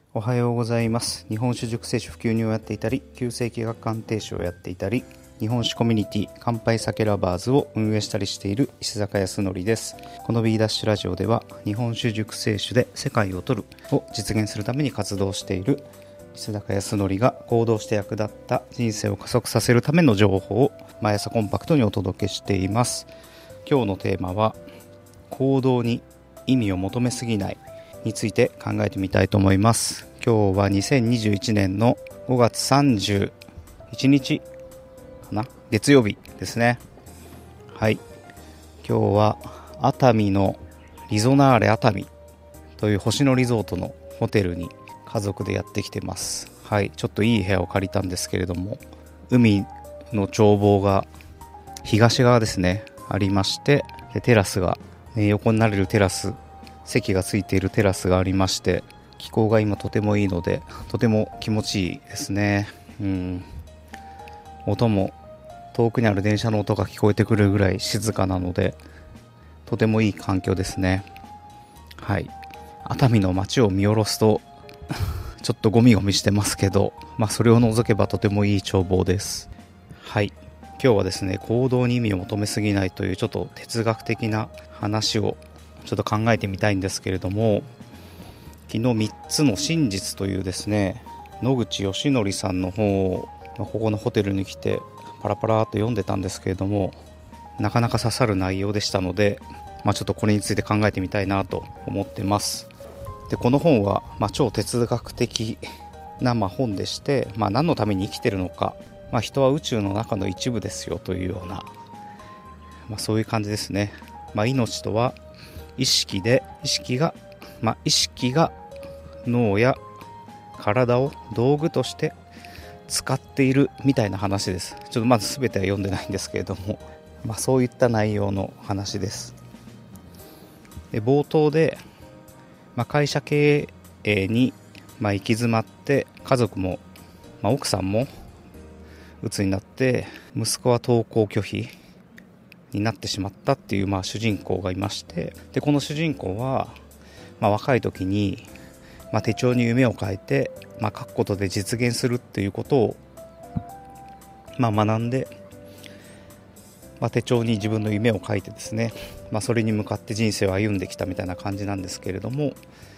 おはようございます。日本酒熟成酒普及入をやっていたり、旧世紀学鑑定士をやっていたり、日本酒コミュニティ乾杯酒ラバーズを運営したりしている石坂康則です。この B ダッシュラジオでは、日本酒熟成酒で世界を取るを実現するために活動している石坂康則が行動して役立った人生を加速させるための情報を毎朝コンパクトにお届けしています。今日のテーマは、行動に意味を求めすぎないについて考えてみたいと思います。今日は2021年の5月31日かな、月曜日ですね。はい、今日は熱海のリゾナーレ熱海という星野リゾートのホテルに家族でやってきてます。はい、ちょっといい部屋を借りたんですけれども、海の眺望が東側ですねありまして、でテラスが、横になれるテラス、席がついているテラスがありまして、気候が今とてもいいのでとても気持ちいいですね。音も遠くにある電車の音が聞こえてくるぐらい静かなので、とてもいい環境ですね。はい、熱海の街を見下ろすとちょっとゴミゴミしてますけど、それを除けばとてもいい眺望です。はい、今日はですね、行動に意味を求めすぎないというちょっと哲学的な話をちょっと考えてみたいんですけれども、昨日3つの真実というですね、野口義則さんの本をここのホテルに来てパラパラと読んでたんですけれども、なかなか刺さる内容でしたので、ちょっとこれについて考えてみたいなと思ってます。でこの本は、超哲学的な本でして、何のために生きてるのか、人は宇宙の中の一部ですよというような、そういう感じですね。命とは意識が脳や体を道具として使っているみたいな話です。ちょっとまず全ては読んでないんですけれども、そういった内容の話です。で冒頭で、会社経営に行き詰まって、家族も、奥さんも鬱になって、息子は登校拒否になってしまったっていう、主人公がいまして、でこの主人公は、若い時に、手帳に夢を書いて、書くことで実現するっていうことを、学んで、手帳に自分の夢を書いてですね、それに向かって人生を歩んできたみたいな感じなんですけれども、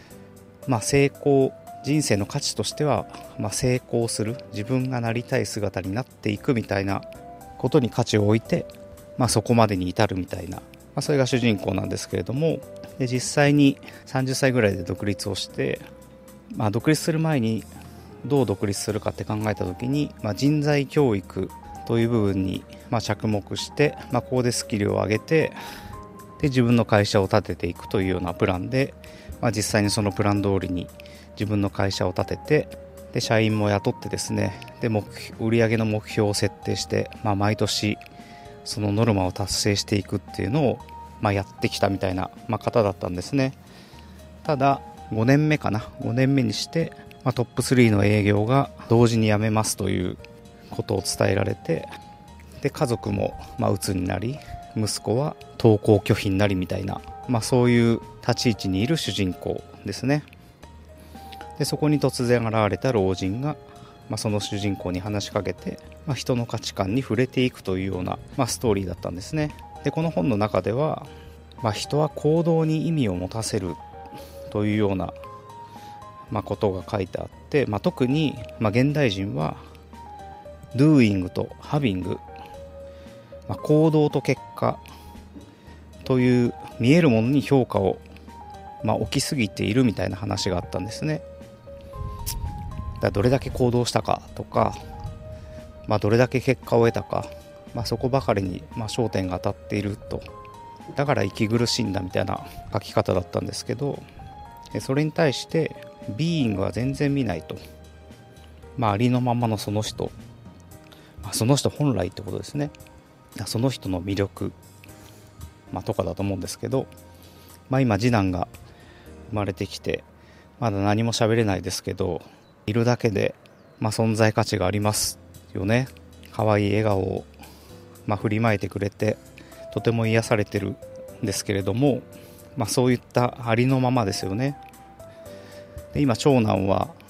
人生の価値としては、成功する、自分がなりたい姿になっていくみたいなことに価値を置いて、そこまでに至るみたいな、それが主人公なんですけれども、で実際に30歳ぐらいで独立をして、独立する前にどう独立するかって考えた時に、人材教育という部分に着目して、ここでスキルを上げて、で自分の会社を立てていくというようなプランで、実際にそのプラン通りに自分の会社を立てて、で社員も雇ってですね、で売上の目標を設定して、毎年そのノルマを達成していくっていうのを、やってきたみたいな、方だったんですね。ただ5年目にして、トップ3の営業が同時に辞めますということを伝えられて、で家族も鬱になり、息子は登校拒否になりみたいな、そういう立ち位置にいる主人公ですね。でそこに突然現れた老人が、その主人公に話しかけて、人の価値観に触れていくというような、ストーリーだったんですね。でこの本の中では、人は行動に意味を持たせるというような、ことが書いてあって、特に、現代人は doing と having、行動と結果という見えるものに評価を、置きすぎているみたいな話があったんですね。だどれだけ行動したかとか、どれだけ結果を得たか、そこばかりに、焦点が当たっていると。だから息苦しいんだみたいな書き方だったんですけど、それに対してビーイングは全然見ないと、ありのままのその人、その人本来ってことですね。その人の魅力、とかだと思うんですけど、今次男が生まれてきて、まだ何も喋れないですけど、いるだけで、存在価値がありますよね。可愛い笑顔を、振りまいてくれて、とても癒されてるんですけれども、そういったありのままですよね。で今長男は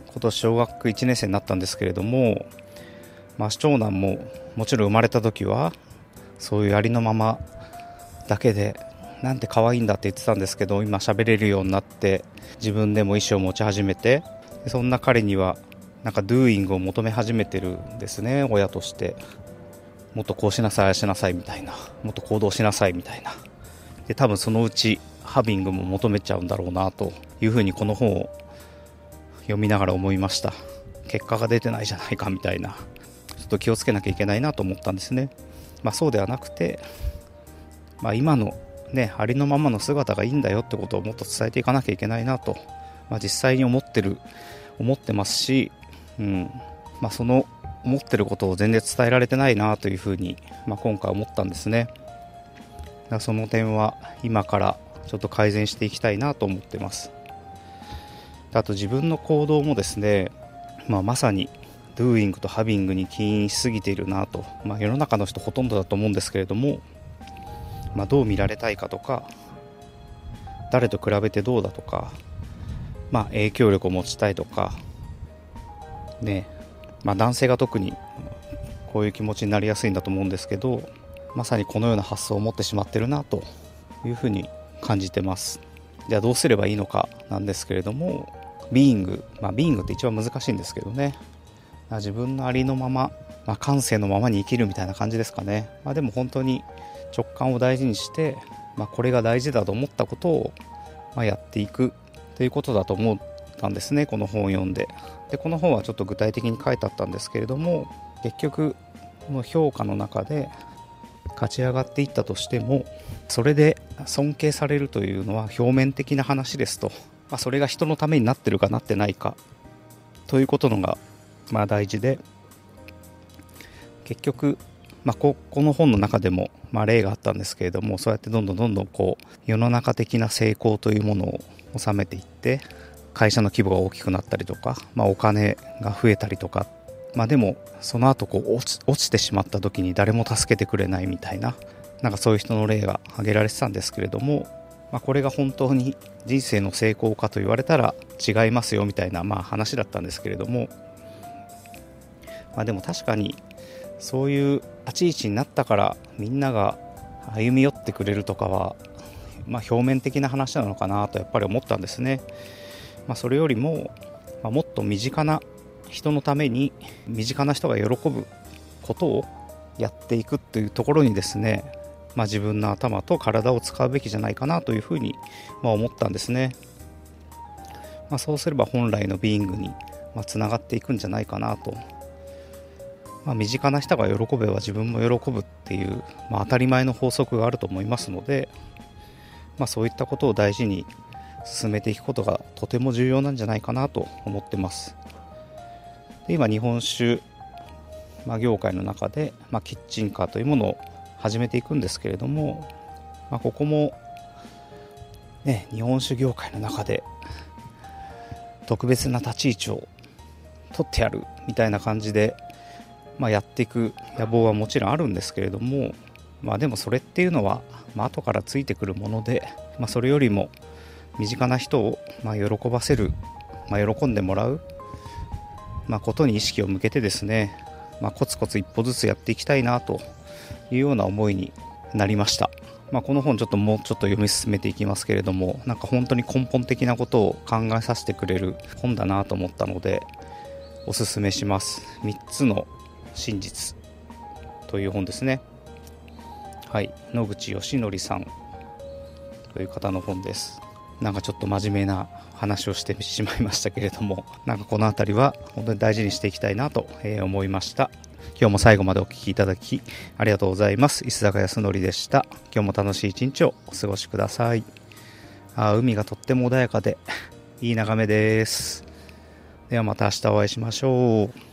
今年小学1年生になったんですけれども、長男ももちろん生まれた時はそういうありのままだけでなんて可愛いんだって言ってたんですけど、今喋れるようになって自分でも意思を持ち始めて、そんな彼にはなんか doing を求め始めてるんですね。親としてもっとこうしなさい、ああしなさいみたいな、もっと行動しなさいみたいな。で多分そのうちハビングも求めちゃうんだろうなというふうにこの本を読みながら思いました。結果が出てないじゃないかみたいな、ちょっと気をつけなきゃいけないなと思ったんですね。そうではなくて、今のね、ありのままの姿がいいんだよってことをもっと伝えていかなきゃいけないなと、実際に思ってますし、その思ってることを全然伝えられてないなというふうに、今回思ったんですね。だからその点は今からちょっと改善していきたいなと思ってます。あと自分の行動もですね、まさに doing と having に起因しすぎているなと、世の中の人ほとんどだと思うんですけれども、どう見られたいかとか、誰と比べてどうだとか、影響力を持ちたいとかね、男性が特にこういう気持ちになりやすいんだと思うんですけど、まさにこのような発想を持ってしまってるなというふうに感じてます。じゃあどうすればいいのかなんですけれども、ビーイングって一番難しいんですけどね、自分のありのまま、感性のままに生きるみたいな感じですかね。でも本当に直感を大事にして、これが大事だと思ったことを、やっていくということだと思ったんですね、この本を読んで。でこの本はちょっと具体的に書いてあったんですけれども、結局この評価の中で勝ち上がっていったとしても、それで尊敬されるというのは表面的な話ですと、それが人のためになってるかなってないかということのが大事で、結局、この本の中でも例があったんですけれども、そうやってどんどん世の中的な成功というものを収めていって、会社の規模が大きくなったりとか、お金が増えたりとか、でもその後落ちてしまった時に誰も助けてくれないみたいな、そういう人の例が挙げられてたんですけれども、これが本当に人生の成功かと言われたら違いますよみたいな話だったんですけれども、でも確かにそういう立ち位置になったからみんなが歩み寄ってくれるとかは、表面的な話なのかなとやっぱり思ったんですね。それよりも、もっと身近な人のために身近な人が喜ぶことをやっていくというところにですね、自分の頭と体を使うべきじゃないかなというふうに思ったんですね。そうすれば本来のビーイングにつながっていくんじゃないかなと。身近な人が喜べば自分も喜ぶっていう、当たり前の法則があると思いますので、そういったことを大事に進めていくことがとても重要なんじゃないかなと思ってます。で今日本酒、業界の中で、キッチンカーというものを始めていくんですけれども、ここも、日本酒業界の中で特別な立ち位置を取ってやるみたいな感じで、やっていく野望はもちろんあるんですけれども、でもそれっていうのは、後からついてくるもので、それよりも身近な人を喜ばせる、喜んでもらう、ことに意識を向けてですね、コツコツ一歩ずつやっていきたいなというような思いになりました。この本もうちょっと読み進めていきますけれども、本当に根本的なことを考えさせてくれる本だなと思ったのでおすすめします。3つの真実という本ですね。野口義則さんという方の本です。ちょっと真面目な話をしてしまいましたけれども、このあたりは本当に大事にしていきたいなと思いました。今日も最後までお聞きいただきありがとうございます。石坂康則でした。今日も楽しい一日をお過ごしください。海がとっても穏やかでいい眺めです。ではまた明日お会いしましょう。